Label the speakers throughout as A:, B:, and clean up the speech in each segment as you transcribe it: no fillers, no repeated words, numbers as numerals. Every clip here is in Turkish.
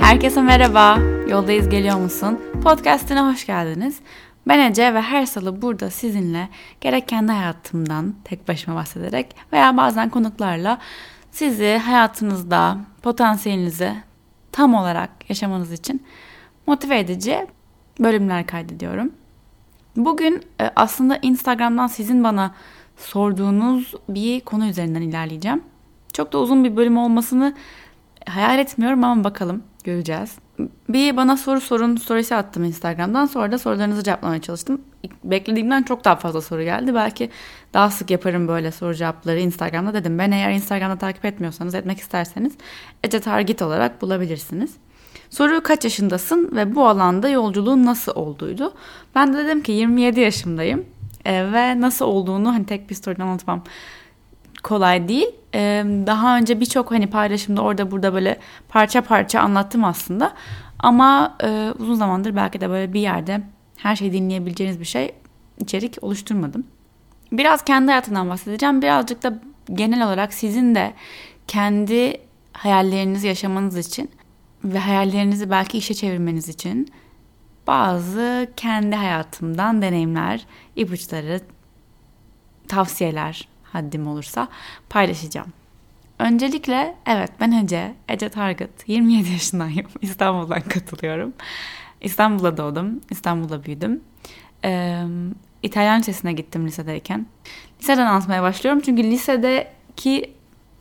A: Herkese merhaba, Yoldayız Geliyor Musun? Podcast'ine hoş geldiniz. Ben Ece ve her salı burada sizinle gerek kendi hayatımdan tek başıma bahsederek veya bazen konuklarla sizi hayatınızda potansiyelinizi tam olarak yaşamanız için motive edici bölümler kaydediyorum. Bugün aslında Instagram'dan sizin bana sorduğunuz bir konu üzerinden ilerleyeceğim. Çok da uzun bir bölüm olmasını hayal etmiyorum ama bakalım, göreceğiz. Bir bana soru sorun storiesi attım Instagram'dan. Sonra da sorularınızı cevaplamaya çalıştım. Beklediğimden çok daha fazla soru geldi. Belki daha sık yaparım böyle soru cevapları Instagram'da dedim. Ben eğer Instagram'da takip etmiyorsanız, etmek isterseniz Ece Targit olarak bulabilirsiniz. Soru kaç yaşındasın ve bu alanda yolculuğun nasıl olduğuydu. Ben de dedim ki 27 yaşındayım ve nasıl olduğunu hani tek bir story'den anlatmam kolay değil. Daha önce birçok paylaşımda orada burada böyle parça parça anlattım aslında. Ama uzun zamandır belki de böyle bir yerde her şeyi dinleyebileceğiniz bir içerik oluşturmadım. Biraz kendi hayatımdan bahsedeceğim. Birazcık da genel olarak sizin de kendi hayallerinizi yaşamanız için ve hayallerinizi belki işe çevirmeniz için bazı kendi hayatımdan deneyimler, ipuçları, tavsiyeler haddim olursa paylaşacağım. Öncelikle evet ben Ece Targıt, 27 yaşındayım. İstanbul'dan katılıyorum. İstanbul'da doğdum, İstanbul'da büyüdüm. İtalyan lisesine gittim lisedeyken. Liseden anlatmaya başlıyorum çünkü lisedeki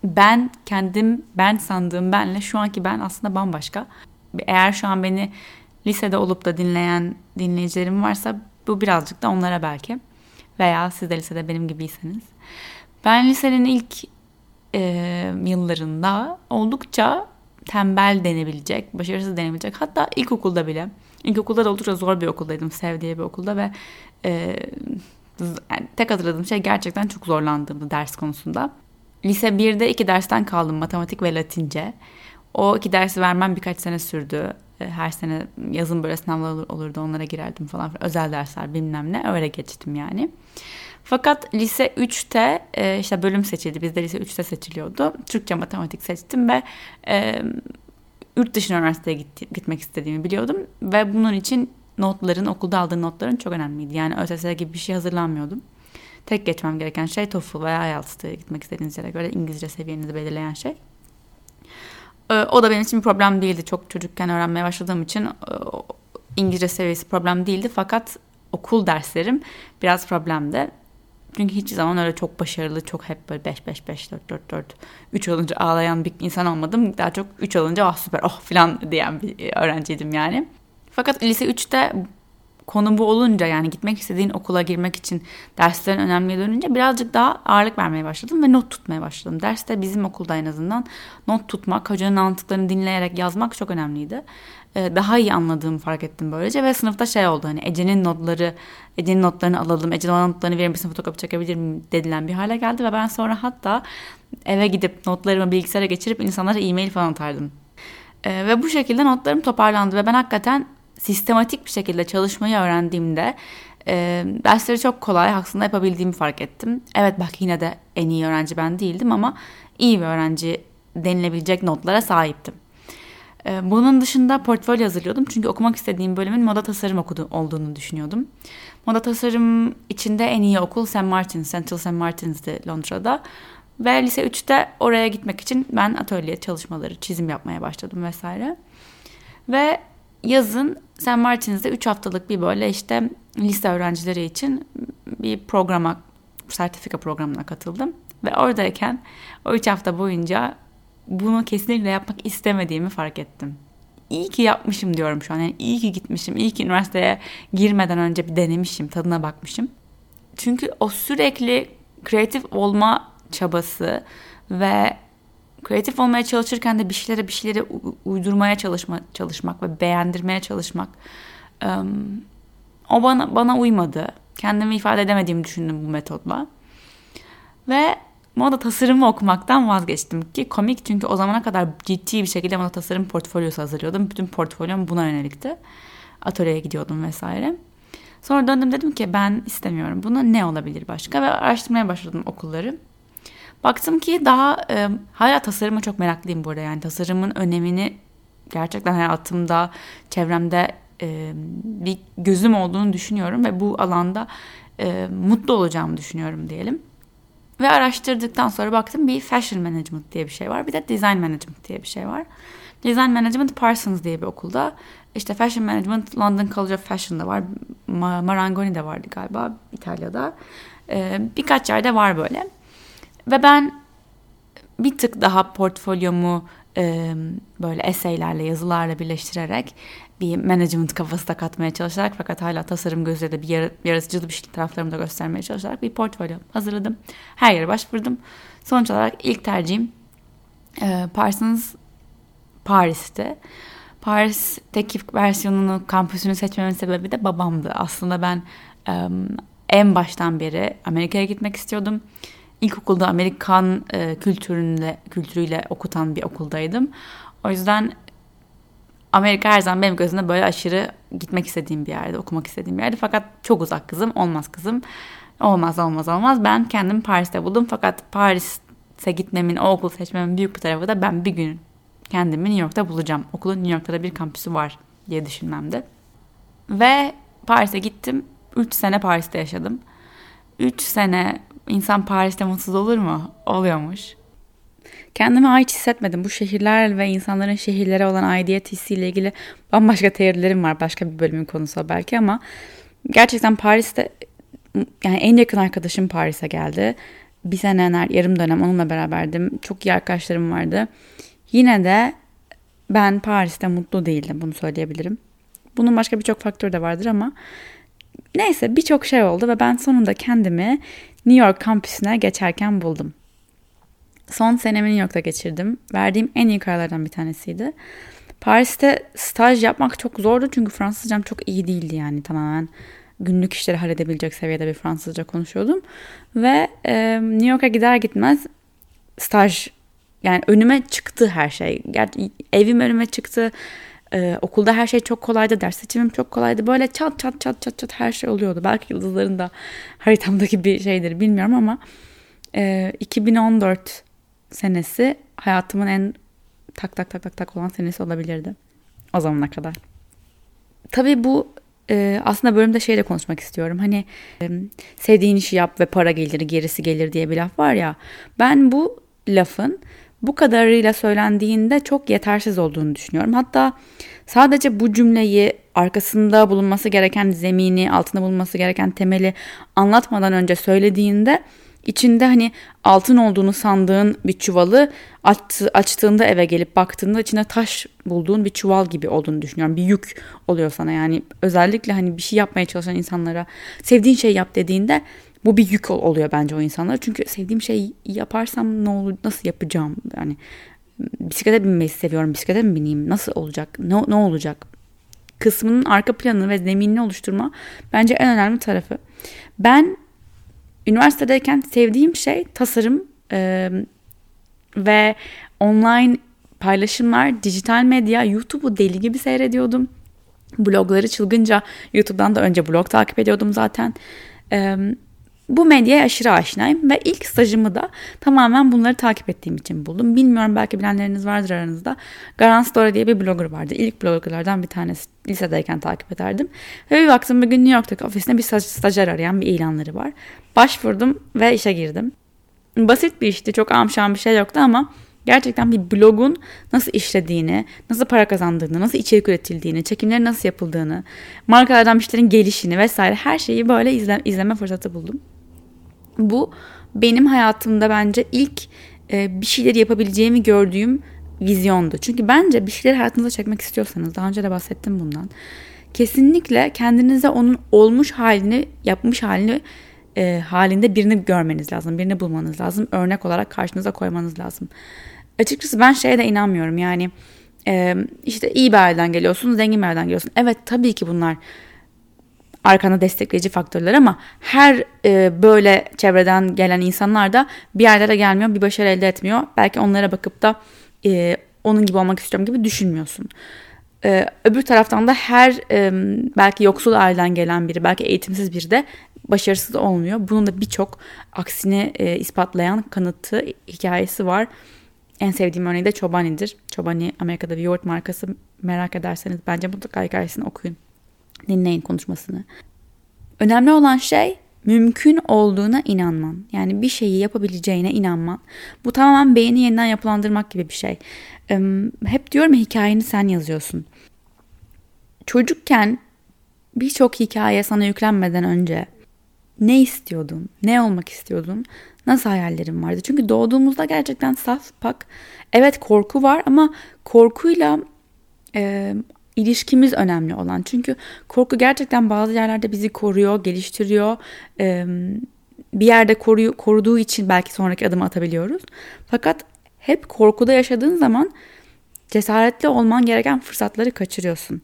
A: ben sandığım benle şu anki ben aslında bambaşka. Eğer şu an beni lisede olup da dinleyen dinleyicilerim varsa bu birazcık da onlara belki. Veya siz de lisede benim gibiyseniz. Ben lisenin ilk yıllarında oldukça tembel denebilecek, başarısız denebilecek. Hatta ilkokulda bile. İlkokulda da oldukça zor bir okuldaydım. Sev diye bir okulda ve yani tek hatırladığım şey gerçekten çok zorlandığımdı ders konusunda. Lise 1'de 2 dersten kaldım. Matematik ve Latince. O 2 dersi vermem birkaç sene sürdü. Her sene yazın böyle sınavlar olurdu, onlara girerdim falan. Özel dersler bilmem ne, öyle geçtim yani. Fakat lise 3'te işte bölüm seçildi. Bizde lise 3'te seçiliyordu. Türkçe matematik seçtim ve yurt dışına üniversiteye gitmek istediğimi biliyordum. Ve bunun için okulda aldığım notların çok önemliydi. Yani ÖSS gibi bir şey hazırlanmıyordum. Tek geçmem gereken şey TOEFL veya IELTS'te, gitmek istediğiniz yere göre İngilizce seviyenizi belirleyen şey. O da benim için bir problem değildi. Çok çocukken öğrenmeye başladığım için İngilizce seviyesi problem değildi. Fakat okul derslerim biraz problemdi. Çünkü hiçbir zaman öyle çok başarılı, çok hep böyle 5-5-5-4-4-4 3 olunca ağlayan bir insan olmadım. Daha çok 3 olunca süper falan diyen bir öğrenciydim yani. Fakat lise 3'te konu bu olunca, yani gitmek istediğin okula girmek için derslerin önemliye dönünce birazcık daha ağırlık vermeye başladım ve not tutmaya başladım. Derste bizim okulda en azından not tutmak, hocanın anlattıklarını dinleyerek yazmak çok önemliydi. Daha iyi anladığımı fark ettim böylece ve sınıfta oldu, hani Ece'nin notlarını alalım, Ece'nin notlarını verir misin, fotokopi çekebilir miyim dedilen bir hale geldi ve ben sonra hatta eve gidip notlarımı bilgisayara geçirip insanlara e-mail falan atardım. Ve bu şekilde notlarım toparlandı ve ben hakikaten sistematik bir şekilde çalışmayı öğrendiğimde dersleri çok kolay aslında yapabildiğimi fark ettim. Evet, bak yine de en iyi öğrenci ben değildim ama iyi bir öğrenci denilebilecek notlara sahiptim. Bunun dışında portfolyo hazırlıyordum. Çünkü okumak istediğim bölümün moda tasarım olduğunu düşünüyordum. Moda tasarım içinde en iyi okul Central St. Martin's'di Londra'da. Ve lise 3'te oraya gitmek için ben atölye çalışmaları, çizim yapmaya başladım vesaire. Ve yazın St. Martin's'de 3 haftalık bir böyle işte lise öğrencileri için bir sertifika programına katıldım. Ve oradayken o 3 hafta boyunca bunu kesinlikle yapmak istemediğimi fark ettim. İyi ki yapmışım diyorum şu an. Yani iyi ki gitmişim, iyi ki üniversiteye girmeden önce bir denemişim, tadına bakmışım. Çünkü o sürekli kreatif olma çabası ve kreatif olmaya çalışırken de bir şeylere uydurmaya çalışmak ve beğendirmeye çalışmak, o bana uymadı. Kendimi ifade edemediğimi düşündüm bu metodla. Ve moda tasarımı okumaktan vazgeçtim ki komik, çünkü o zamana kadar ciddi bir şekilde moda tasarım portfolyosu hazırlıyordum. Bütün portfolyom buna yönelikti. Atölyeye gidiyordum vesaire. Sonra döndüm, dedim ki ben istemiyorum bunu, ne olabilir başka, ve araştırmaya başladım okulları. Baktım ki hala tasarıma çok meraklıyım burada, yani tasarımın önemini gerçekten hayatımda, çevremde bir gözüm olduğunu düşünüyorum ve bu alanda mutlu olacağımı düşünüyorum diyelim. Ve araştırdıktan sonra baktım bir fashion management diye bir şey var. Bir de design management diye bir şey var. Design management Parsons diye bir okulda. İşte fashion management London College of Fashion'da var. Marangoni'de vardı galiba İtalya'da. Birkaç yerde var böyle. Ve ben bir tık daha portfolyomu böyle essaylerle, yazılarla birleştirerek bir management kafası da katmaya çalışarak, fakat hala tasarım gözüyle de bir yaratıcı bir taraflarımı da göstermeye çalışarak bir portfolyo hazırladım. Her yere başvurdum. Sonuç olarak ilk tercihim Parsons Paris'ti. Paris'teki versiyonunu, kampüsünü seçmemin sebebi de babamdı. Aslında ben en baştan beri Amerika'ya gitmek istiyordum. İlkokulda Amerikan kültürüyle okutan bir okuldaydım. O yüzden Amerika her zaman benim gözümde böyle aşırı gitmek istediğim bir yerde, okumak istediğim bir yerde. Fakat çok uzak kızım, olmaz kızım. Olmaz. Ben kendimi Paris'te buldum. Fakat Paris'e gitmemin, o okulu seçmemin büyük bir tarafı da ben bir gün kendimi New York'ta bulacağım. Okulun New York'ta da bir kampüsü var diye düşünmemdi. Ve Paris'e gittim. 3 sene Paris'te yaşadım. 3 sene insan Paris'te mutsuz olur mu? Oluyormuş. Kendime ait hissetmedim. Bu şehirler ve insanların şehirlere olan aidiyet hissiyle ilgili bambaşka teorilerim var. Başka bir bölümün konusu belki ama gerçekten Paris'te, yani en yakın arkadaşım Paris'e geldi. Bir sene, yarım dönem onunla beraberdim. Çok iyi arkadaşlarım vardı. Yine de ben Paris'te mutlu değildim, bunu söyleyebilirim. Bunun başka birçok faktörü de vardır ama neyse, birçok şey oldu ve ben sonunda kendimi New York kampüsüne geçerken buldum. Son senemi New York'ta geçirdim. Verdiğim en iyi kararlardan bir tanesiydi. Paris'te staj yapmak çok zordu çünkü Fransızcam çok iyi değildi, yani tamamen günlük işleri halledebilecek seviyede bir Fransızca konuşuyordum. Ve New York'a gider gitmez staj, yani önüme çıktı her şey. Evim önüme çıktı. Okulda her şey çok kolaydı. Ders seçimim çok kolaydı. Böyle çat her şey oluyordu. Belki yıldızların da haritamdaki bir şeydir bilmiyorum ama 2014 senesi hayatımın en tak olan senesi olabilirdi. O zamana kadar. Tabii bu aslında bölümde şeyle konuşmak istiyorum. Hani sevdiğin işi yap ve para gelir, gerisi gelir diye bir laf var ya. Ben bu lafın bu kadarıyla söylendiğinde çok yetersiz olduğunu düşünüyorum. Hatta sadece bu cümleyi, arkasında bulunması gereken zemini, altında bulunması gereken temeli anlatmadan önce söylediğinde içinde hani altın olduğunu sandığın bir çuvalı açtığında, eve gelip baktığında içinde taş bulduğun bir çuval gibi olduğunu düşünüyorum. Bir yük oluyor sana, yani özellikle hani bir şey yapmaya çalışan insanlara sevdiğin şey yap dediğinde bu bir yük oluyor bence o insanlara. Çünkü sevdiğim şeyi yaparsam ne olur, nasıl yapacağım? Yani bisiklete binmeyi seviyorum. Bisiklete mi bineyim? Nasıl olacak? Ne olacak? Kısmının arka planını ve zeminini oluşturma bence en önemli tarafı. Ben üniversitedeyken sevdiğim şey tasarım ve online paylaşımlar, dijital medya, YouTube'u deli gibi seyrediyordum. Blogları çılgınca, YouTube'dan da önce blog takip ediyordum zaten. Bu medyaya aşırı aşinayım ve ilk stajımı da tamamen bunları takip ettiğim için buldum. Bilmiyorum, belki bilenleriniz vardır aranızda. Garan Story diye bir blogger vardı. İlk bloggerlardan bir tanesi, lisedeyken takip ederdim. Ve bir baktım bir gün New York'taki ofisinde bir stajyer arayan bir ilanları var. Başvurdum ve işe girdim. Basit bir işti, çok amşan bir şey yoktu ama gerçekten bir blogun nasıl işlediğini, nasıl para kazandığını, nasıl içerik üretildiğini, çekimlerin nasıl yapıldığını, markalardan bir şeylerin gelişini vesaire her şeyi böyle izleme fırsatı buldum. Bu benim hayatımda bence ilk bir şeyleri yapabileceğimi gördüğüm vizyondu. Çünkü bence bir şeyleri hayatınıza çekmek istiyorsanız, daha önce de bahsettim bundan, kesinlikle kendinize onun olmuş halini, yapmış halini halinde birini görmeniz lazım, birini bulmanız lazım, örnek olarak karşınıza koymanız lazım. Açıkçası ben şeye de inanmıyorum, yani işte iyi bir aileden geliyorsun, zengin bir aileden geliyorsun. Evet, tabii ki bunlar arkana destekleyici faktörler ama her böyle çevreden gelen insanlar da bir yerlere gelmiyor, bir başarı elde etmiyor. Belki onlara bakıp da onun gibi olmak istiyorum gibi düşünmüyorsun. Öbür taraftan da her belki yoksul aileden gelen biri, belki eğitimsiz biri de başarısız olmuyor. Bunun da birçok aksini ispatlayan kanıtı, hikayesi var. En sevdiğim örneği de Chobani'dir. Chobani Amerika'da bir yoğurt markası. Merak ederseniz bence mutlaka hikayesini okuyun. Dinleyin konuşmasını. Önemli olan şey mümkün olduğuna inanman. Yani bir şeyi yapabileceğine inanman. Bu tamamen beyni yeniden yapılandırmak gibi bir şey. Hep diyorum ya, hikayeni sen yazıyorsun. Çocukken birçok hikaye sana yüklenmeden önce ne istiyordun, ne olmak istiyordun, nasıl hayallerin vardı? Çünkü doğduğumuzda gerçekten saf pak. Evet, korku var ama korkuyla ilişkimiz önemli olan. Çünkü korku gerçekten bazı yerlerde bizi koruyor, geliştiriyor. Bir yerde koruduğu için belki sonraki adımı atabiliyoruz. Fakat hep korkuda yaşadığın zaman cesaretli olman gereken fırsatları kaçırıyorsun.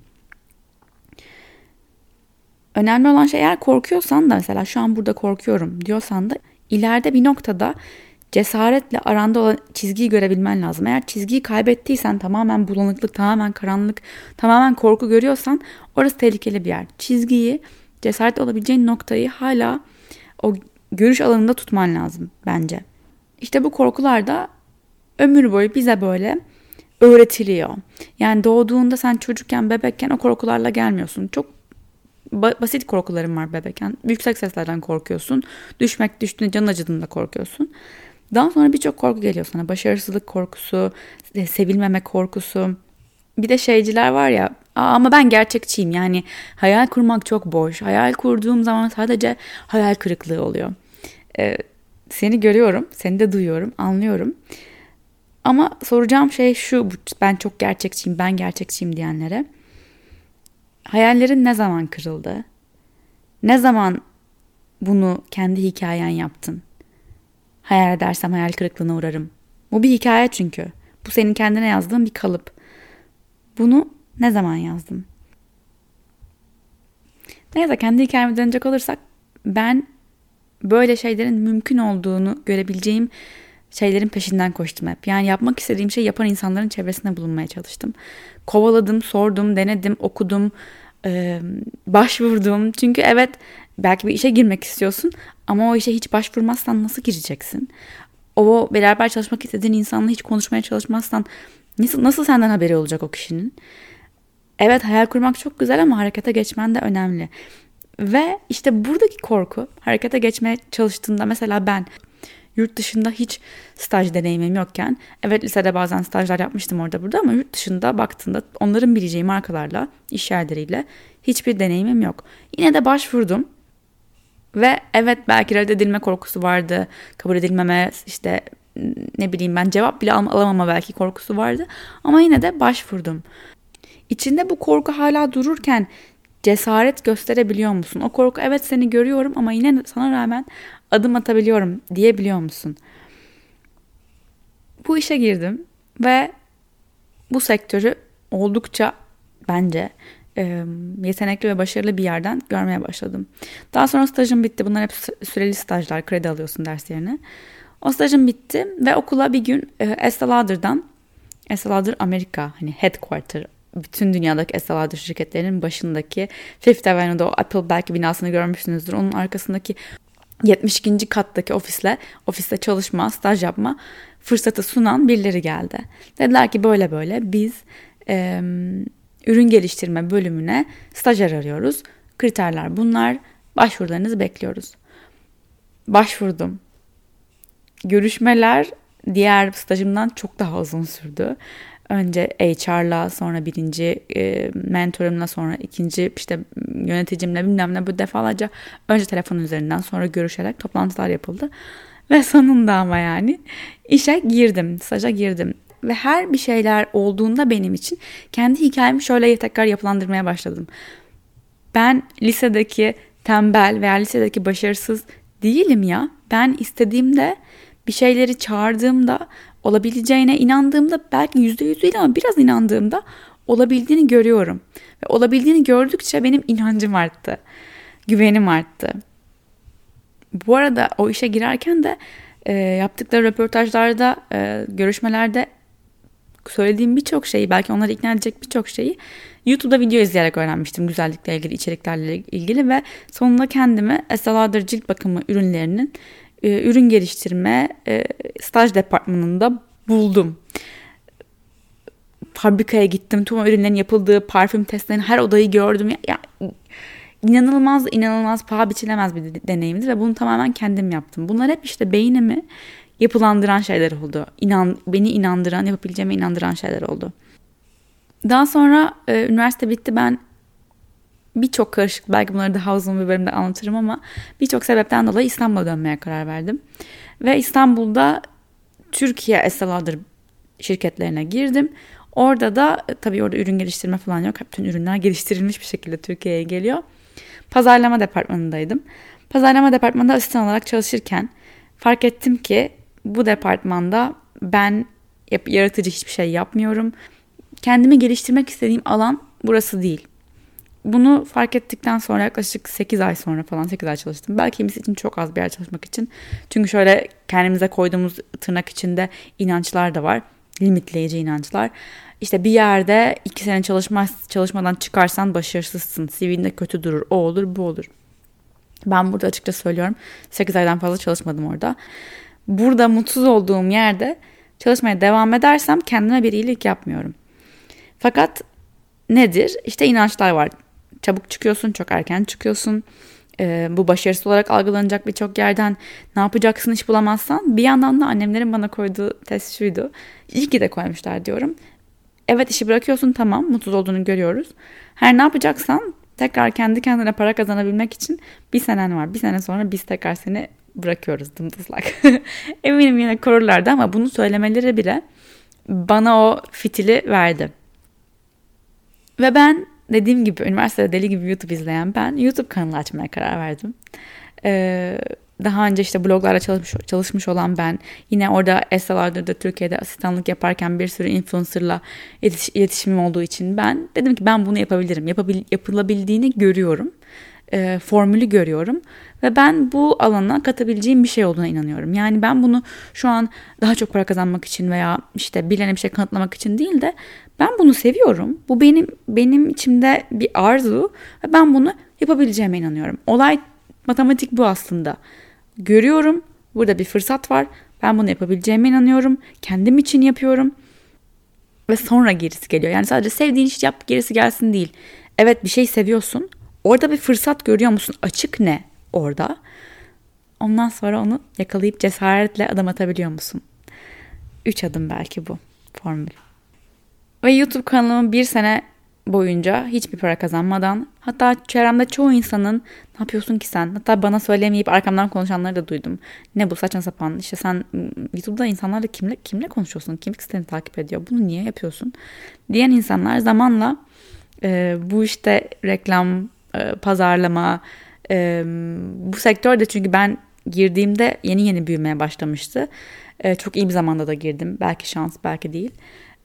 A: Önemli olan şey, eğer korkuyorsan da, mesela şu an burada korkuyorum diyorsan da, ileride bir noktada cesaretle aranda olan çizgiyi görebilmen lazım. Eğer çizgiyi kaybettiysen, tamamen bulanıklık, tamamen karanlık, tamamen korku görüyorsan, orası tehlikeli bir yer. Çizgiyi, cesaretli olabileceğin noktayı hala o görüş alanında tutman lazım bence. İşte bu korkular da ömür boyu bize böyle öğretiliyor. Yani doğduğunda, sen çocukken, bebekken o korkularla gelmiyorsun. Çok basit korkularım var bebekken. Yüksek seslerden korkuyorsun. Düştüğünde, canın acıdığında korkuyorsun. Daha sonra birçok korku geliyor sana. Başarısızlık korkusu, sevilmeme korkusu. Bir de şeyciler var ya, ama ben gerçekçiyim. Yani hayal kurmak çok boş. Hayal kurduğum zaman sadece hayal kırıklığı oluyor. Seni görüyorum, seni de duyuyorum, anlıyorum. Ama soracağım şey şu, ben çok gerçekçiyim, ben gerçekçiyim diyenlere. Hayallerin ne zaman kırıldı? Ne zaman bunu kendi hikayen yaptın? Hayal edersem hayal kırıklığına uğrarım. Bu bir hikaye çünkü. Bu senin kendine yazdığın bir kalıp. Bunu ne zaman yazdın? Neyse, kendi hikayeme dönecek olursak, ben böyle şeylerin mümkün olduğunu görebileceğim şeylerin peşinden koştum hep. Yani yapmak istediğim şey yapan insanların çevresinde bulunmaya çalıştım. Kovaladım, sordum, denedim, okudum, başvurdum. Çünkü evet, belki bir işe girmek istiyorsun ama o işe hiç başvurmazsan nasıl gireceksin? O beraber çalışmak istediğin insanla hiç konuşmaya çalışmazsan nasıl senden haberi olacak o kişinin? Evet, hayal kurmak çok güzel ama harekete geçmen de önemli. Ve işte buradaki korku, harekete geçmeye çalıştığında, mesela ben yurt dışında hiç staj deneyimim yokken, evet lisede bazen stajlar yapmıştım orada burada, ama yurt dışında baktığında onların bileceği markalarla, iş yerleriyle hiçbir deneyimim yok. Yine de başvurdum ve evet, belki reddedilme korkusu vardı, kabul edilmeme, işte ne bileyim ben, cevap bile alamama belki korkusu vardı, ama yine de başvurdum. İçinde bu korku hala dururken cesaret gösterebiliyor musun? O korku, evet seni görüyorum ama yine sana rağmen adım atabiliyorum diyebiliyor musun? Bu işe girdim ve bu sektörü oldukça bence yetenekli ve başarılı bir yerden görmeye başladım. Daha sonra stajım bitti. Bunlar hep süreli stajlar, kredi alıyorsun derslerine. O stajım bitti ve okula bir gün Estée Lauder Amerika, hani headquarter, bütün dünyadaki Estée Lauder şirketlerinin başındaki Fifth Avenue'da, o Apple belki binasını görmüşsünüzdür. Onun arkasındaki 72. kattaki ofiste çalışma, staj yapma fırsatı sunan birileri geldi. Dediler ki böyle böyle biz ürün geliştirme bölümüne stajyer arıyoruz. Kriterler bunlar. Başvurularınızı bekliyoruz. Başvurdum. Görüşmeler diğer stajımdan çok daha uzun sürdü. Önce HR'la, sonra birinci mentorumla, sonra ikinci işte yöneticimle, bilmem ne, bu defalarca önce telefon üzerinden, sonra görüşerek toplantılar yapıldı. Ve sonunda ama yani işe girdim, staja girdim. Ve her bir şeyler olduğunda benim için kendi hikayemi şöyle tekrar yapılandırmaya başladım. Ben lisedeki tembel veya lisedeki başarısız değilim ya. Ben istediğimde, bir şeyleri çağırdığımda, olabileceğine inandığımda, belki %100 değil ama biraz inandığımda olabildiğini görüyorum. Ve olabildiğini gördükçe benim inancım arttı. Güvenim arttı. Bu arada o işe girerken de yaptıkları röportajlarda, görüşmelerde söylediğim birçok şeyi, belki onları ikna edecek birçok şeyi YouTube'da video izleyerek öğrenmiştim. Güzellikle ilgili, içeriklerle ilgili ve sonunda kendimi Estée Lauder cilt bakımı ürünlerinin ürün geliştirme staj departmanında buldum. fabrikaya gittim. Tüm ürünlerin yapıldığı parfüm testlerinin her odayı gördüm. İnanılmaz paha biçilemez bir deneyimdi ve bunu tamamen kendim yaptım. Bunlar hep işte beynimi yapılandıran şeyler oldu. Beni inandıran, yapabileceğime inandıran şeyler oldu. Daha sonra üniversite bitti. Ben birçok karışık, belki bunları daha uzun bir bölümde anlatırım ama birçok sebepten dolayı İstanbul'a dönmeye karar verdim. Ve İstanbul'da Türkiye Estée Lauder şirketlerine girdim. Orada da tabii orada ürün geliştirme falan yok. Bütün ürünler geliştirilmiş bir şekilde Türkiye'ye geliyor. Pazarlama departmanındaydım. Pazarlama departmanında asistan olarak çalışırken fark ettim ki bu departmanda ben yaratıcı hiçbir şey yapmıyorum. Kendimi geliştirmek istediğim alan burası değil. Bunu fark ettikten sonra yaklaşık 8 ay sonra falan 8 ay çalıştım. Belki kimisi için çok az bir yer çalışmak için. Çünkü şöyle kendimize koyduğumuz tırnak içinde inançlar da var. Limitleyici inançlar. İşte bir yerde 2 sene çalışmadan çıkarsan başarısızsın. CV'nde kötü durur. O olur, bu olur. Ben burada açıkça söylüyorum. 8 aydan fazla çalışmadım orada. Burada mutsuz olduğum yerde çalışmaya devam edersem kendime bir iyilik yapmıyorum. Fakat nedir? İşte inançlar var. Çabuk çıkıyorsun, çok erken çıkıyorsun. Bu başarısız olarak algılanacak birçok yerden ne yapacaksın iş bulamazsan. Bir yandan da annemlerin bana koyduğu test şuydu. İyi ki de koymuşlar diyorum. Evet işi bırakıyorsun tamam mutsuz olduğunu görüyoruz. Her ne yapacaksan tekrar kendi kendine para kazanabilmek için bir senen var. Bir sene sonra biz tekrar seni bırakıyoruz dımdızlak. Eminim yine korurlardı ama bunu söylemeleri bile bana o fitili verdi. Ve ben dediğim gibi üniversitede deli gibi YouTube izleyen ben YouTube kanalı açmaya karar verdim. Daha önce işte bloglarla çalışmış olan ben yine orada Estée Lauder'da Türkiye'de asistanlık yaparken bir sürü influencer'la iletişimim olduğu için ben dedim ki ben bunu yapabilirim. Yapılabildiğini görüyorum. Formülü görüyorum ve ben bu alana katabileceğim bir şey olduğuna inanıyorum. Yani ben bunu şu an daha çok para kazanmak için veya işte birilerine bir şey kanıtlamak için değil de ben bunu seviyorum. Bu benim içimde bir arzu ve ben bunu yapabileceğime inanıyorum. Olay matematik bu aslında. Görüyorum, burada bir fırsat var. Ben bunu yapabileceğime inanıyorum. Kendim için yapıyorum. Ve sonra gerisi geliyor. Yani sadece sevdiğin işi yap, gerisi gelsin değil. Evet bir şey seviyorsun. Orada bir fırsat görüyor musun? Açık ne orada? Ondan sonra onu yakalayıp cesaretle adım atabiliyor musun? 3 adım belki bu formül. Ve YouTube kanalımın 1 sene boyunca hiçbir para kazanmadan, hatta çevremde çoğu insanın ne yapıyorsun ki sen? Hatta bana söylemeyip arkamdan konuşanları da duydum. Ne bu saçma sapan? İşte sen YouTube'da insanlarla kimle konuşuyorsun? Kim seni takip ediyor? Bunu niye yapıyorsun? Diyen insanlar zamanla bu işte reklam, pazarlama, bu sektörde çünkü ben girdiğimde yeni büyümeye başlamıştı. Çok iyi bir zamanda da girdim. Belki şans, belki değil.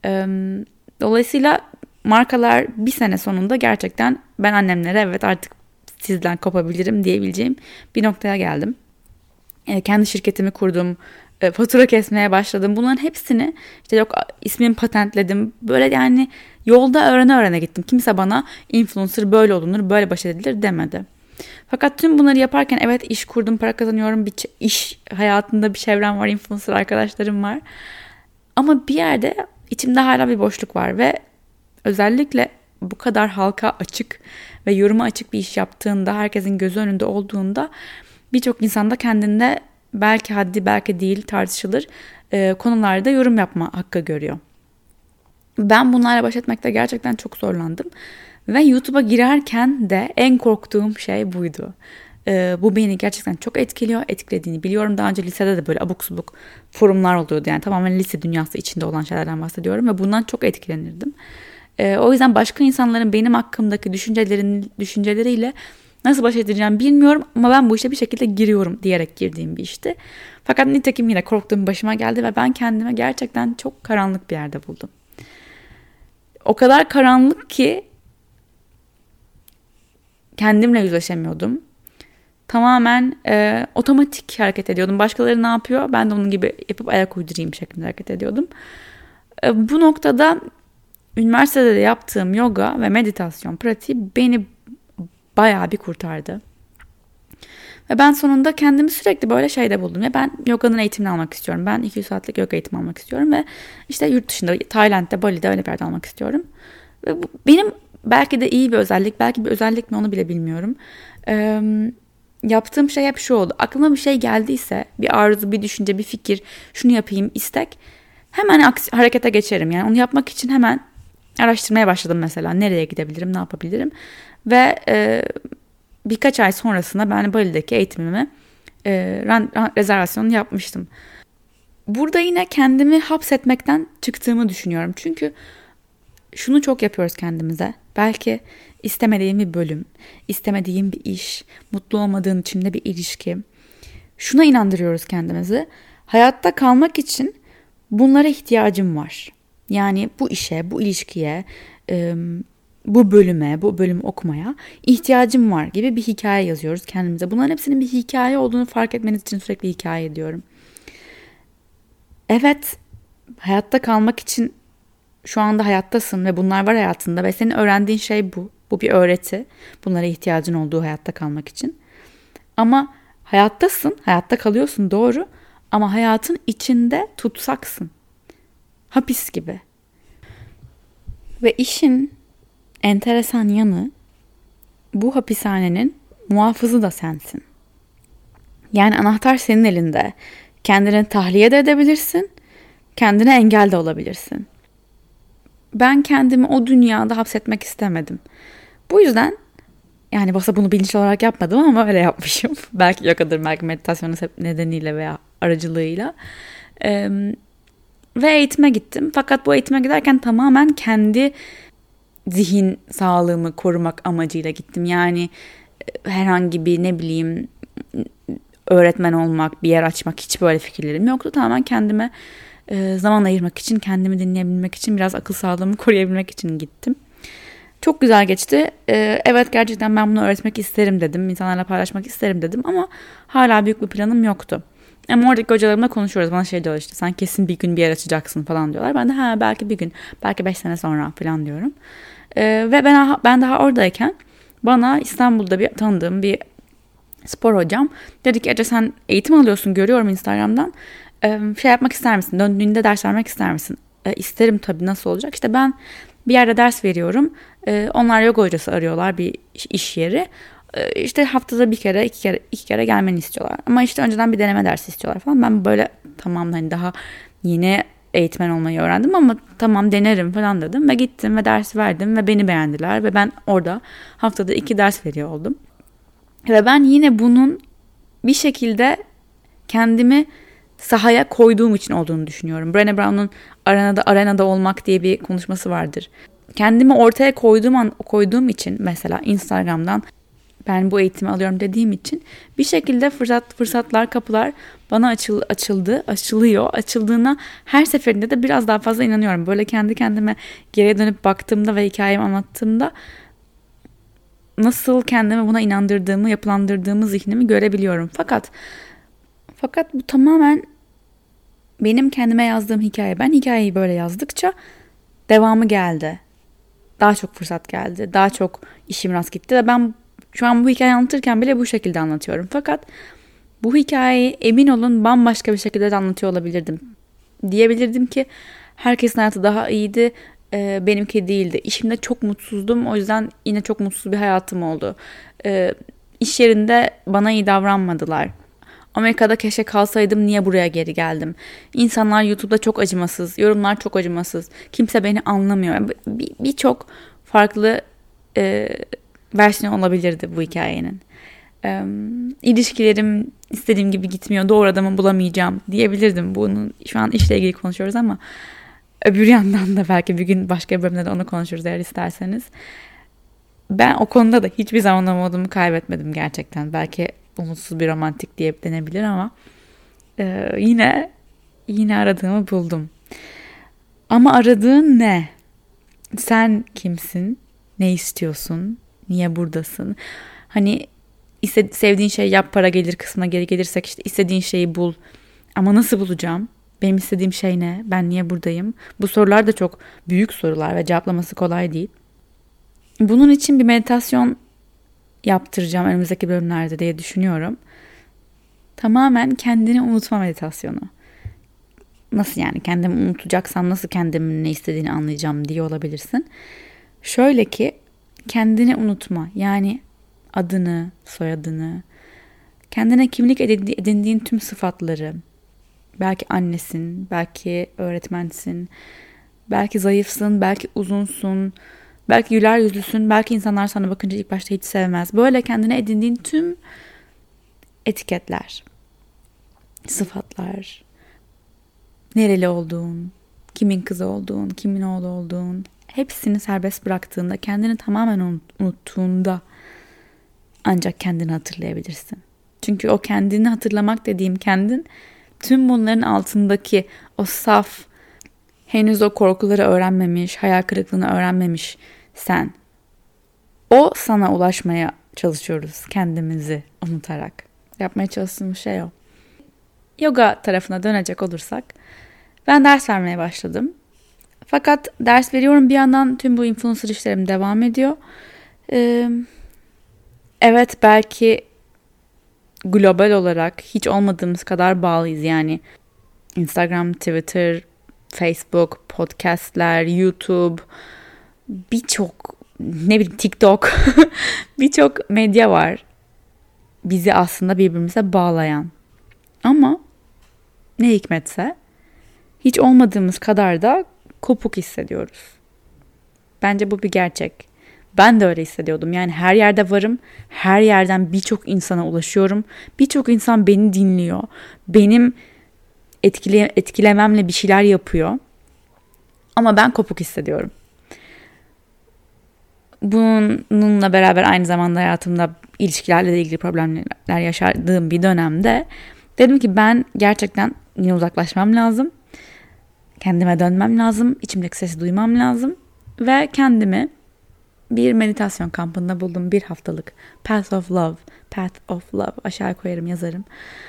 A: Dolayısıyla markalar bir sene sonunda gerçekten ben annemlere evet artık sizden kopabilirim diyebileceğim bir noktaya geldim. Kendi şirketimi kurdum. Fatura kesmeye başladım. Bunların hepsini işte yok ismimi patentledim. Böyle yani yolda öğrene gittim. Kimse bana influencer böyle olunur, böyle baş edilir demedi. Fakat tüm bunları yaparken evet iş kurdum, para kazanıyorum. Bir iş hayatında bir çevrem var, influencer arkadaşlarım var. Ama bir yerde içimde hala bir boşluk var ve özellikle bu kadar halka açık ve yoruma açık bir iş yaptığında, herkesin gözü önünde olduğunda birçok insan da kendinde belki haddi belki değil tartışılır konularda yorum yapma hakkı görüyor. Ben bunlarla baş etmekte gerçekten çok zorlandım. Ve YouTube'a girerken de en korktuğum şey buydu. Bu beni gerçekten çok etkiliyor. Etkilediğini biliyorum. Daha önce lisede de böyle abuk subuk forumlar oluyordu. Yani tamamen lise dünyası içinde olan şeylerden bahsediyorum. Ve bundan çok etkilenirdim. O yüzden başka insanların benim hakkımdaki düşünceleriyle nasıl baş edeceğimi bilmiyorum. Ama ben bu işe bir şekilde giriyorum diyerek girdiğim bir işti. Fakat nitekim yine korktuğum başıma geldi. Ve ben kendime gerçekten çok karanlık bir yerde buldum. O kadar karanlık ki kendimle yüzleşemiyordum. Tamamen otomatik hareket ediyordum. Başkaları ne yapıyor? Ben de onun gibi yapıp ayak uydurayım şeklinde hareket ediyordum. Bu noktada üniversitede de yaptığım yoga ve meditasyon pratiği beni bayağı bir kurtardı. Ve ben sonunda kendimi sürekli böyle şeyde buldum. Ya ben yoganın eğitimini almak istiyorum. Ben 200 saatlik yoga eğitimi almak istiyorum. Ve işte yurt dışında, Tayland'da, Bali'de öyle bir yerde almak istiyorum. Ve bu benim belki de iyi bir özellik. Belki bir özellik mi onu bile bilmiyorum. Yaptığım şey hep şu oldu. Aklıma bir şey geldiyse, bir arzu, bir düşünce, bir fikir, şunu yapayım, istek, hemen harekete geçerim. Yani onu yapmak için hemen araştırmaya başladım mesela. Nereye gidebilirim, ne yapabilirim? Ve birkaç ay sonrasında ben Bali'deki eğitimimi rezervasyonunu yapmıştım. Burada yine kendimi hapsetmekten çıktığımı düşünüyorum. Çünkü şunu çok yapıyoruz kendimize. Belki istemediğim bir bölüm, istemediğim bir iş, mutlu olmadığın içinde bir ilişki. Şuna inandırıyoruz kendimizi. Hayatta kalmak için bunlara ihtiyacım var. Yani bu işe, bu ilişkiye, bu bölüme, bu bölümü okumaya ihtiyacım var gibi bir hikaye yazıyoruz kendimize. Bunların hepsinin bir hikaye olduğunu fark etmeniz için sürekli hikaye ediyorum. Evet, hayatta kalmak için şu anda hayattasın ve bunlar var hayatında ve senin öğrendiğin şey bu. Bu bir öğreti. Bunlara ihtiyacın olduğu hayatta kalmak için. Ama hayattasın, hayatta kalıyorsun doğru ama hayatın içinde tutsaksın. Hapis gibi. Ve işin enteresan yanı, bu hapishanenin muhafızı da sensin. Yani anahtar senin elinde. Kendini tahliye de edebilirsin, kendine engel de olabilirsin. Ben kendimi o dünyada hapsetmek istemedim. Bu yüzden yani başta bunu bilinçli olarak yapmadım ama öyle yapmışım. Belki yogadır, belki meditasyon nedeniyle veya aracılığıyla. Ve eğitime gittim. Fakat bu eğitime giderken tamamen kendi zihin sağlığımı korumak amacıyla gittim. Yani herhangi bir öğretmen olmak, bir yer açmak, hiç böyle fikirlerim yoktu. Tamamen kendime zaman ayırmak için, kendimi dinleyebilmek için, biraz akıl sağlığımı koruyabilmek için gittim. Çok güzel geçti. Evet, gerçekten ben bunu öğretmek isterim dedim. İnsanlarla paylaşmak isterim dedim ama hala büyük bir planım yoktu. Ama oradaki hocalarımla konuşuyoruz. Bana şey diyorlar işte, sen kesin bir gün bir yer açacaksın falan diyorlar. Ben de belki bir gün, belki 5 sene sonra falan diyorum. Ve ben daha oradayken bana İstanbul'da tanıdığım bir spor hocam dedi ki, Ece sen eğitim alıyorsun, görüyorum Instagram'dan. Şey yapmak ister misin? Döndüğünde ders vermek ister misin? İsterim tabii, nasıl olacak? İşte ben bir yerde ders veriyorum. Onlar yoga hocası arıyorlar, bir iş yeri. İşte haftada iki kere gelmeni istiyorlar. Ama işte önceden bir deneme dersi istiyorlar falan. Ben böyle tamam, hani daha yeni eğitmen olmayı öğrendim ama tamam denerim falan dedim. Ve gittim ve ders verdim ve beni beğendiler. Ve ben orada haftada 2 ders veriyor oldum. Ve ben yine bunun bir şekilde kendimi sahaya koyduğum için olduğunu düşünüyorum. Brené Brown'un arenada olmak diye bir konuşması vardır. Kendimi ortaya koyduğum için, mesela Instagram'dan ben bu eğitimi alıyorum dediğim için bir şekilde fırsatlar, kapılar bana açılıyor. Açıldığına her seferinde de biraz daha fazla inanıyorum. Böyle kendi kendime geriye dönüp baktığımda ve hikayemi anlattığımda nasıl kendimi buna inandırdığımı, yapılandırdığımı, zihnimi görebiliyorum. Fakat bu tamamen benim kendime yazdığım hikaye. Ben hikayeyi böyle yazdıkça devamı geldi. Daha çok fırsat geldi. Daha çok işim rast gitti ve ben şu an bu hikayeyi anlatırken bile bu şekilde anlatıyorum. Fakat bu hikayeyi emin olun bambaşka bir şekilde de anlatıyor olabilirdim. Diyebilirdim ki herkesin hayatı daha iyiydi. Benimki değildi. İşimde çok mutsuzdum. O yüzden yine çok mutsuz bir hayatım oldu. İş yerinde bana iyi davranmadılar. Amerika'da keşke kalsaydım, niye buraya geri geldim? İnsanlar YouTube'da çok acımasız, yorumlar çok acımasız. Kimse beni anlamıyor. Birçok farklı versiyon olabilirdi bu hikayenin. İlişkilerim istediğim gibi gitmiyor, doğru adamı bulamayacağım diyebilirdim. Bunun şu an işle ilgili konuşuyoruz ama öbür yandan da belki bir gün başka bir bölümde de onu konuşuruz eğer isterseniz. Ben o konuda da hiçbir zaman umudumu kaybetmedim gerçekten. Belki umutsuz bir romantik diye denebilir ama yine aradığımı buldum. Ama aradığın ne? Sen kimsin? Ne istiyorsun? Niye buradasın? Hani sevdiğin şeyi yap, para gelir kısmına geri gelirsek, işte istediğin şeyi bul. Ama nasıl bulacağım? Benim istediğim şey ne? Ben niye buradayım? Bu sorular da çok büyük sorular ve cevaplaması kolay değil. Bunun için bir meditasyon yaptıracağım önümüzdeki bölümlerde diye düşünüyorum. Tamamen kendini unutma meditasyonu. Nasıl yani kendimi unutacaksam nasıl kendimin ne istediğini anlayacağım diye olabilirsin. Şöyle ki kendini unutma, yani adını, soyadını, kendine kimlik edindiğin tüm sıfatları, belki annesin, belki öğretmensin, belki zayıfsın, belki uzunsun, belki güler yüzlüsün, belki insanlar sana bakınca ilk başta hiç sevmez. Böyle kendine edindiğin tüm etiketler, sıfatlar, nereli olduğun, kimin kızı olduğun, kimin oğlu olduğun, hepsini serbest bıraktığında, kendini tamamen unuttuğunda ancak kendini hatırlayabilirsin. Çünkü o kendini hatırlamak dediğim kendin, tüm bunların altındaki o saf, henüz o korkuları öğrenmemiş, hayal kırıklığını öğrenmemiş sen. O sana ulaşmaya çalışıyoruz kendimizi unutarak. Yapmaya çalıştığımız şey o. Yoga tarafına dönecek olursak, ben ders vermeye başladım. Fakat ders veriyorum bir yandan tüm bu influencer işlerim devam ediyor. Evet, belki global olarak hiç olmadığımız kadar bağlıyız. Yani Instagram, Twitter, Facebook, podcastler, YouTube, birçok TikTok birçok medya var bizi aslında birbirimize bağlayan. Ama ne hikmetse hiç olmadığımız kadar da kopuk hissediyoruz. Bence bu bir gerçek. Ben de öyle hissediyordum. Yani her yerde varım. Her yerden birçok insana ulaşıyorum. Birçok insan beni dinliyor. Benim etkilememle bir şeyler yapıyor. Ama ben kopuk hissediyorum. Bununla beraber aynı zamanda hayatımda ilişkilerle de ilgili problemler yaşadığım bir dönemde dedim ki ben gerçekten yine uzaklaşmam lazım. Kendime dönmem lazım. İçimdeki sesi duymam lazım. Ve kendimi bir meditasyon kampında buldum. 1 haftalık. Path of Love. Aşağı koyarım, yazarım.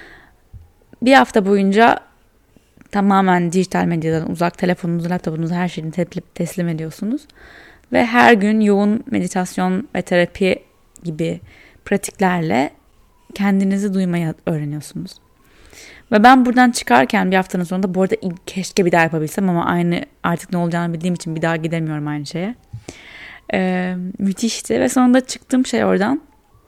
A: 1 hafta boyunca tamamen dijital medyadan uzak, telefonunuzu, laptopunuzu, her şeyini teslim ediyorsunuz. Ve her gün yoğun meditasyon ve terapi gibi pratiklerle kendinizi duymayı öğreniyorsunuz. Ve ben buradan çıkarken bir haftanın sonunda, bu arada keşke bir daha yapabilsem ama artık ne olacağını bildiğim için bir daha gidemiyorum aynı şeye. Müthişti ve sonunda çıktığım şey oradan.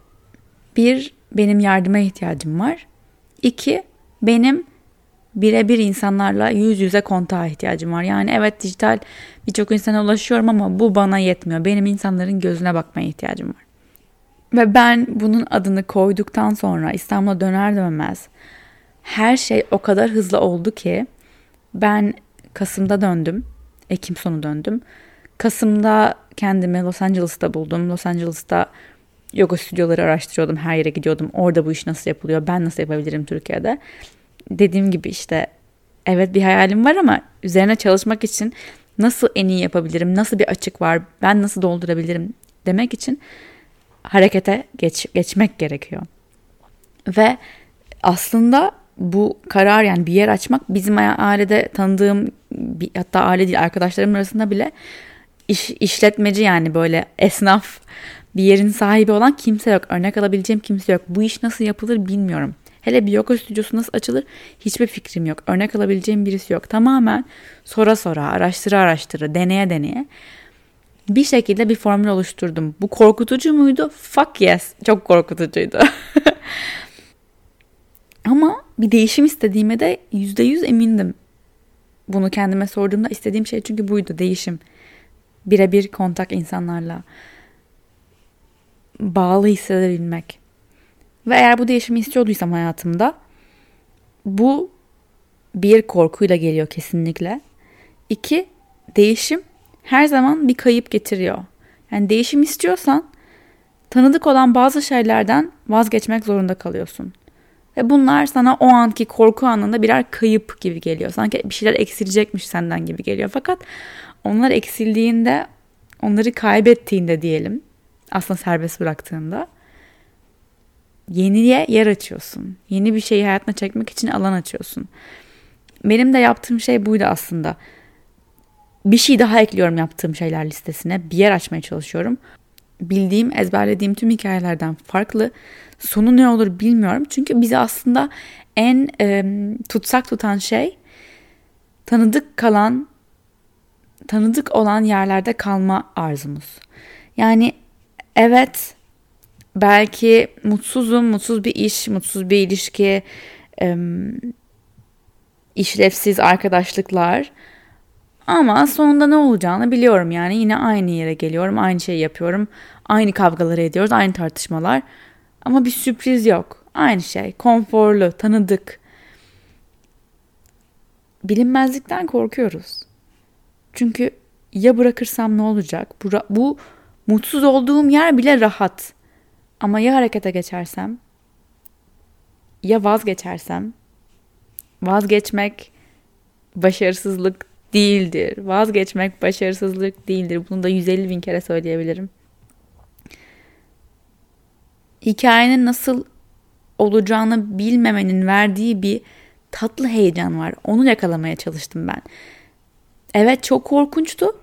A: 1, benim yardıma ihtiyacım var. 2, benim birebir insanlarla yüz yüze kontağa ihtiyacım var. Yani evet, dijital birçok insana ulaşıyorum ama bu bana yetmiyor. Benim insanların gözüne bakmaya ihtiyacım var. Ve ben bunun adını koyduktan sonra İstanbul'a döner dönmez her şey o kadar hızlı oldu ki ben Kasım'da döndüm. Ekim sonu döndüm. Kasım'da kendimi Los Angeles'ta buldum. Los Angeles'ta yoga stüdyoları araştırıyordum. Her yere gidiyordum. Orada bu iş nasıl yapılıyor? Ben nasıl yapabilirim Türkiye'de? Dediğim gibi işte evet, bir hayalim var ama üzerine çalışmak için nasıl en iyi yapabilirim? Nasıl bir açık var? Ben nasıl doldurabilirim? Demek için harekete geçmek gerekiyor. Ve aslında bu karar, yani bir yer açmak, bizim ailede tanıdığım, hatta aile değil arkadaşlarım arasında bile işletmeci, yani böyle esnaf, bir yerin sahibi olan kimse yok. Örnek alabileceğim kimse yok. Bu iş nasıl yapılır bilmiyorum. Hele bir yoga stüdyosu nasıl açılır hiçbir fikrim yok. Örnek alabileceğim birisi yok. Tamamen sora, araştıra, deneye bir şekilde bir formül oluşturdum. Bu korkutucu muydu? Fuck yes. Çok korkutucuydu. Ama bir değişim istediğime de %100 emindim. Bunu kendime sorduğumda istediğim şey çünkü buydu, değişim. Birebir kontak, insanlarla bağlı hissedebilmek. Ve eğer bu değişimi istiyorduysam hayatımda, bu 1, korkuyla geliyor kesinlikle. 2, değişim her zaman bir kayıp getiriyor. Yani değişim istiyorsan tanıdık olan bazı şeylerden vazgeçmek zorunda kalıyorsun. Ve bunlar sana o anki korku anında birer kayıp gibi geliyor. Sanki bir şeyler eksilecekmiş senden gibi geliyor. Fakat onlar eksildiğinde, onları kaybettiğinde diyelim, aslında serbest bıraktığında yeniye yer açıyorsun. Yeni bir şeyi hayatına çekmek için alan açıyorsun. Benim de yaptığım şey buydu aslında. Bir şey daha ekliyorum yaptığım şeyler listesine. Bir yer açmaya çalışıyorum. bildiğim, ezberlediğim tüm hikayelerden farklı. Sonu ne olur bilmiyorum. Çünkü bizi aslında en tutsak tutan şey tanıdık olan yerlerde kalma arzumuz. Yani evet, belki mutsuz bir iş, mutsuz bir ilişki, işlevsiz arkadaşlıklar. Ama sonunda ne olacağını biliyorum yani. Yine aynı yere geliyorum, aynı şeyi yapıyorum. Aynı kavgaları ediyoruz, aynı tartışmalar. Ama bir sürpriz yok. Aynı şey, konforlu, tanıdık. Bilinmezlikten korkuyoruz. Çünkü ya bırakırsam ne olacak? Bu mutsuz olduğum yer bile rahat. Ama ya harekete geçersem? Ya vazgeçersem? Vazgeçmek başarısızlık değildir. Vazgeçmek başarısızlık değildir. Bunu da 150 bin kere söyleyebilirim. Hikayenin nasıl olacağını bilmemenin verdiği bir tatlı heyecan var. Onu yakalamaya çalıştım ben. Evet, çok korkunçtu.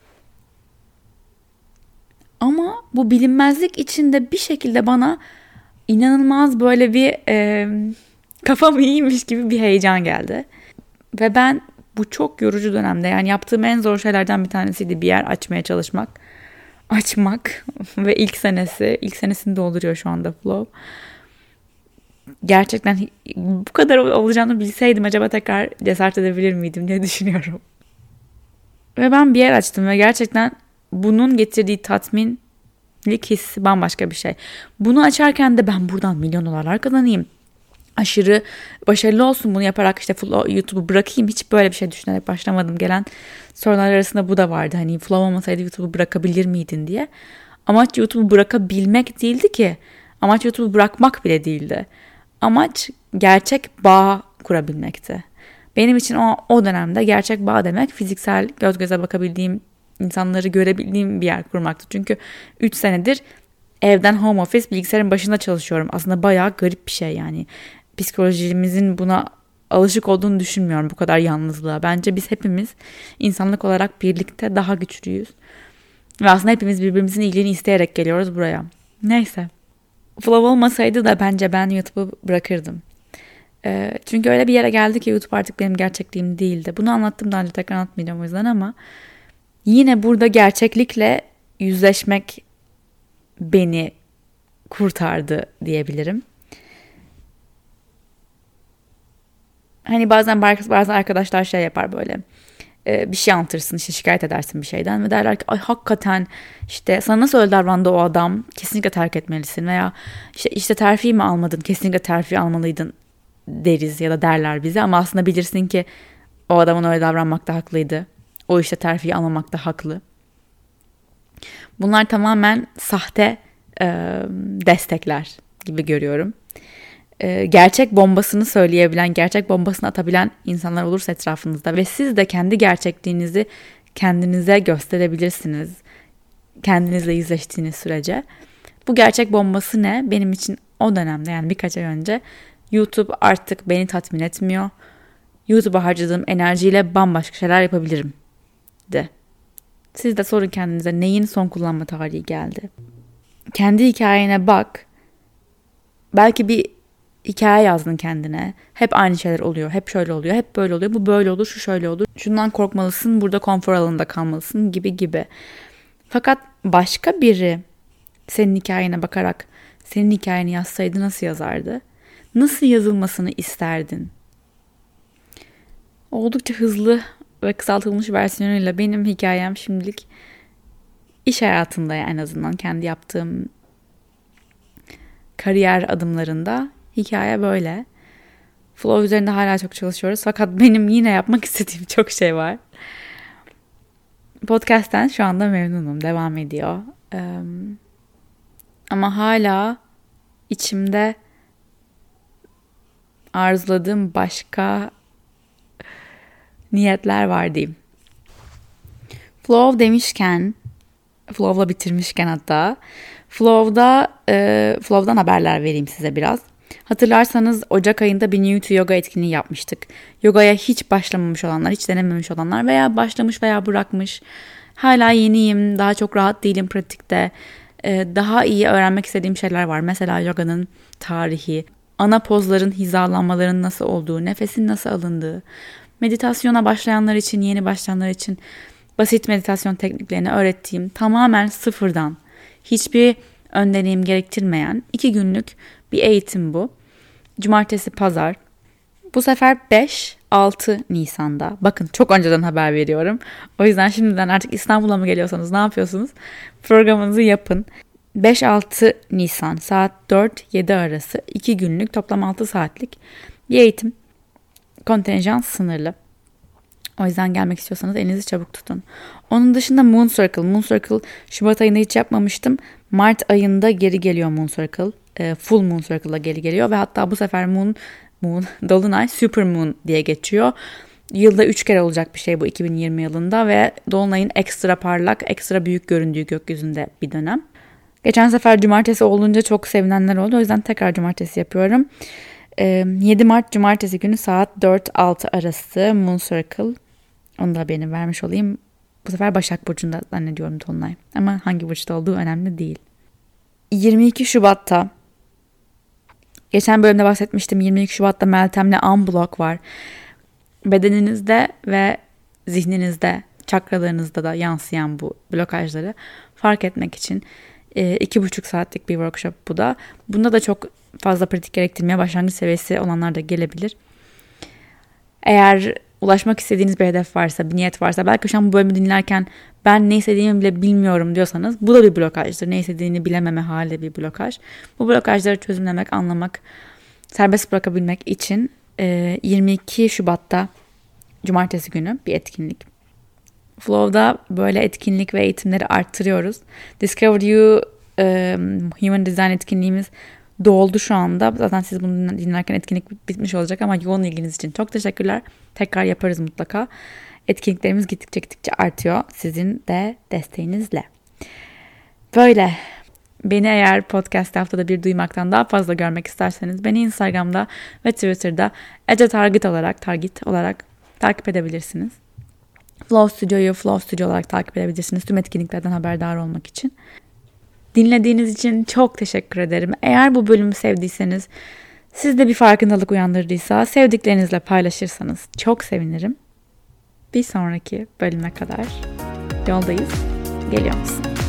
A: Ama bu bilinmezlik içinde bir şekilde bana inanılmaz böyle bir kafam iyiymiş gibi bir heyecan geldi. Ve ben bu çok yorucu dönemde, yani yaptığım en zor şeylerden bir tanesiydi bir yer açmaya çalışmak. Açmak ve ilk senesini dolduruyor şu anda Flow. Gerçekten bu kadar olacağını bilseydim acaba tekrar cesaret edebilir miydim diye düşünüyorum. Ve ben bir yer açtım ve gerçekten bunun getirdiği tatminlik hissi bambaşka bir şey. Bunu açarken de ben buradan milyon dolarlar kazanayım, aşırı başarılı olsun bunu yaparak, işte YouTube'u bırakayım, hiç böyle bir şey düşünerek başlamadım. Gelen sorular arasında bu da vardı. Hani Flow olmasaydı YouTube'u bırakabilir miydin diye. Amaç YouTube'u bırakabilmek değildi ki. Amaç YouTube'u bırakmak bile değildi. Amaç gerçek bağ kurabilmekti. Benim için o dönemde gerçek bağ demek fiziksel, göz göze bakabildiğim, insanları görebildiğim bir yer kurmaktı. Çünkü 3 senedir evden home office bilgisayarın başında çalışıyorum. Aslında bayağı garip bir şey yani. Psikolojimizin buna alışık olduğunu düşünmüyorum, bu kadar yalnızlığa. Bence biz hepimiz insanlık olarak birlikte daha güçlüyüz. Ve aslında hepimiz birbirimizin iyiliğini isteyerek geliyoruz buraya. Neyse. Flow olmasaydı da bence ben YouTube'u bırakırdım. Çünkü öyle bir yere geldi ki YouTube artık benim gerçekliğim değildi. Bunu anlattım daha önce, tekrar anlatmayacağım o yüzden, ama yine burada gerçeklikle yüzleşmek beni kurtardı diyebilirim. Hani bazen arkadaşlar şey yapar böyle. Bir şey anlatırsın, işte şikayet edersin bir şeyden ve derler ki ay hakikaten işte sana nasıl öyle davrandı o adam, kesinlikle terk etmelisin, veya işte terfi mi almadın, kesinlikle terfi almalıydın deriz ya da derler bize, ama aslında bilirsin ki o adamın öyle davranmakta haklıydı. O işte terfi almamakta haklı. Bunlar tamamen sahte destekler gibi görüyorum. Gerçek bombasını söyleyebilen, gerçek bombasını atabilen insanlar olursa etrafınızda ve siz de kendi gerçekliğinizi kendinize gösterebilirsiniz. Kendinizle yüzleştiğiniz sürece. Bu gerçek bombası ne? Benim için o dönemde, yani birkaç ay önce, YouTube artık beni tatmin etmiyor. YouTube'a harcadığım enerjiyle bambaşka şeyler yapabilirim de. Siz de sorun kendinize, neyin son kullanma tarihi geldi? Kendi hikayene bak. Belki bir hikaye yazdın kendine. Hep aynı şeyler oluyor. Hep şöyle oluyor. Hep böyle oluyor. Bu böyle olur. Şu şöyle olur. Şundan korkmalısın. Burada konfor alanında kalmalısın gibi. Fakat başka biri senin hikayene bakarak senin hikayeni yazsaydı nasıl yazardı? Nasıl yazılmasını isterdin? Oldukça hızlı ve kısaltılmış versiyonuyla benim hikayem şimdilik iş hayatında, en azından kendi yaptığım kariyer adımlarında hikaye böyle. Flow üzerinde hala çok çalışıyoruz. Fakat benim yine yapmak istediğim çok şey var. Podcast'ten şu anda memnunum. Devam ediyor. Ama hala içimde arzuladığım başka niyetler var diyeyim. Flow demişken, Flow'la bitirmişken hatta, Flow'dan haberler vereyim size biraz. Hatırlarsanız Ocak ayında bir New to Yoga etkinliği yapmıştık. Yogaya hiç başlamamış olanlar, hiç denememiş olanlar veya başlamış veya bırakmış. Hala yeniyim, daha çok rahat değilim pratikte. daha iyi öğrenmek istediğim şeyler var. Mesela yoganın tarihi, ana pozların, hizalanmaların nasıl olduğu, nefesin nasıl alındığı, meditasyona başlayanlar için, yeni başlayanlar için basit meditasyon tekniklerini öğrettiğim, tamamen sıfırdan, hiçbir ön deneyim gerektirmeyen 2 günlük bir eğitim bu. Cumartesi, pazar. Bu sefer 5-6 Nisan'da. Bakın çok önceden haber veriyorum. O yüzden şimdiden artık İstanbul'a mı geliyorsanız ne yapıyorsunuz? Programınızı yapın. 5-6 Nisan saat 4-7 arası 2 günlük toplam 6 saatlik bir eğitim. Kontenjan sınırlı. O yüzden gelmek istiyorsanız elinizi çabuk tutun. Onun dışında Moon Circle. Moon Circle Şubat ayında hiç yapmamıştım. Mart ayında geri geliyor Moon Circle. Full Moon Circle'a geri geliyor ve hatta bu sefer Moon Dolunay Super Moon diye geçiyor. Yılda 3 kere olacak bir şey bu 2020 yılında ve Dolunay'ın ekstra parlak, ekstra büyük göründüğü gökyüzünde bir dönem. Geçen sefer cumartesi olunca çok sevinenler oldu. O yüzden tekrar cumartesi yapıyorum. 7 Mart cumartesi günü saat 4-6 arası Moon Circle. Onu da haberini vermiş olayım. Bu sefer Başak Burcu'nda zannediyorum Dolunay. Ama hangi burçta olduğu önemli değil. 22 Şubat'ta geçen bölümde bahsetmiştim. 22 Şubat'ta Meltem'le Unblock var. Bedeninizde ve zihninizde, çakralarınızda da yansıyan bu blokajları fark etmek için 2,5 saatlik bir workshop bu da. Bunda da çok fazla pratik gerektirmeye başlangıç seviyesi olanlar da gelebilir. Eğer ulaşmak istediğiniz bir hedef varsa, bir niyet varsa, belki şu an bu bölümü dinlerken ben ne istediğimi bile bilmiyorum diyorsanız bu da bir blokajdır. Ne istediğini bilememe hali bir blokaj. Bu blokajları çözümlemek, anlamak, serbest bırakabilmek için 22 Şubat'ta cumartesi günü bir etkinlik. Flow'da böyle etkinlik ve eğitimleri arttırıyoruz. Discover You Human Design etkinliğimiz doldu şu anda. Zaten siz bunu dinlerken etkinlik bitmiş olacak ama yoğun ilginiz için çok teşekkürler. Tekrar yaparız mutlaka. Etkinliklerimiz gittikçe artıyor. Sizin de desteğinizle. Böyle. Beni eğer podcast haftada bir duymaktan daha fazla görmek isterseniz beni Instagram'da ve Twitter'da @target olarak takip edebilirsiniz. Flow Studio'yu Flow Studio olarak takip edebilirsiniz. Tüm etkinliklerden haberdar olmak için. Dinlediğiniz için çok teşekkür ederim. Eğer bu bölümü sevdiyseniz, sizde bir farkındalık uyandırdıysa, sevdiklerinizle paylaşırsanız çok sevinirim. Bir sonraki bölüme kadar yoldayız. Geliyor musun?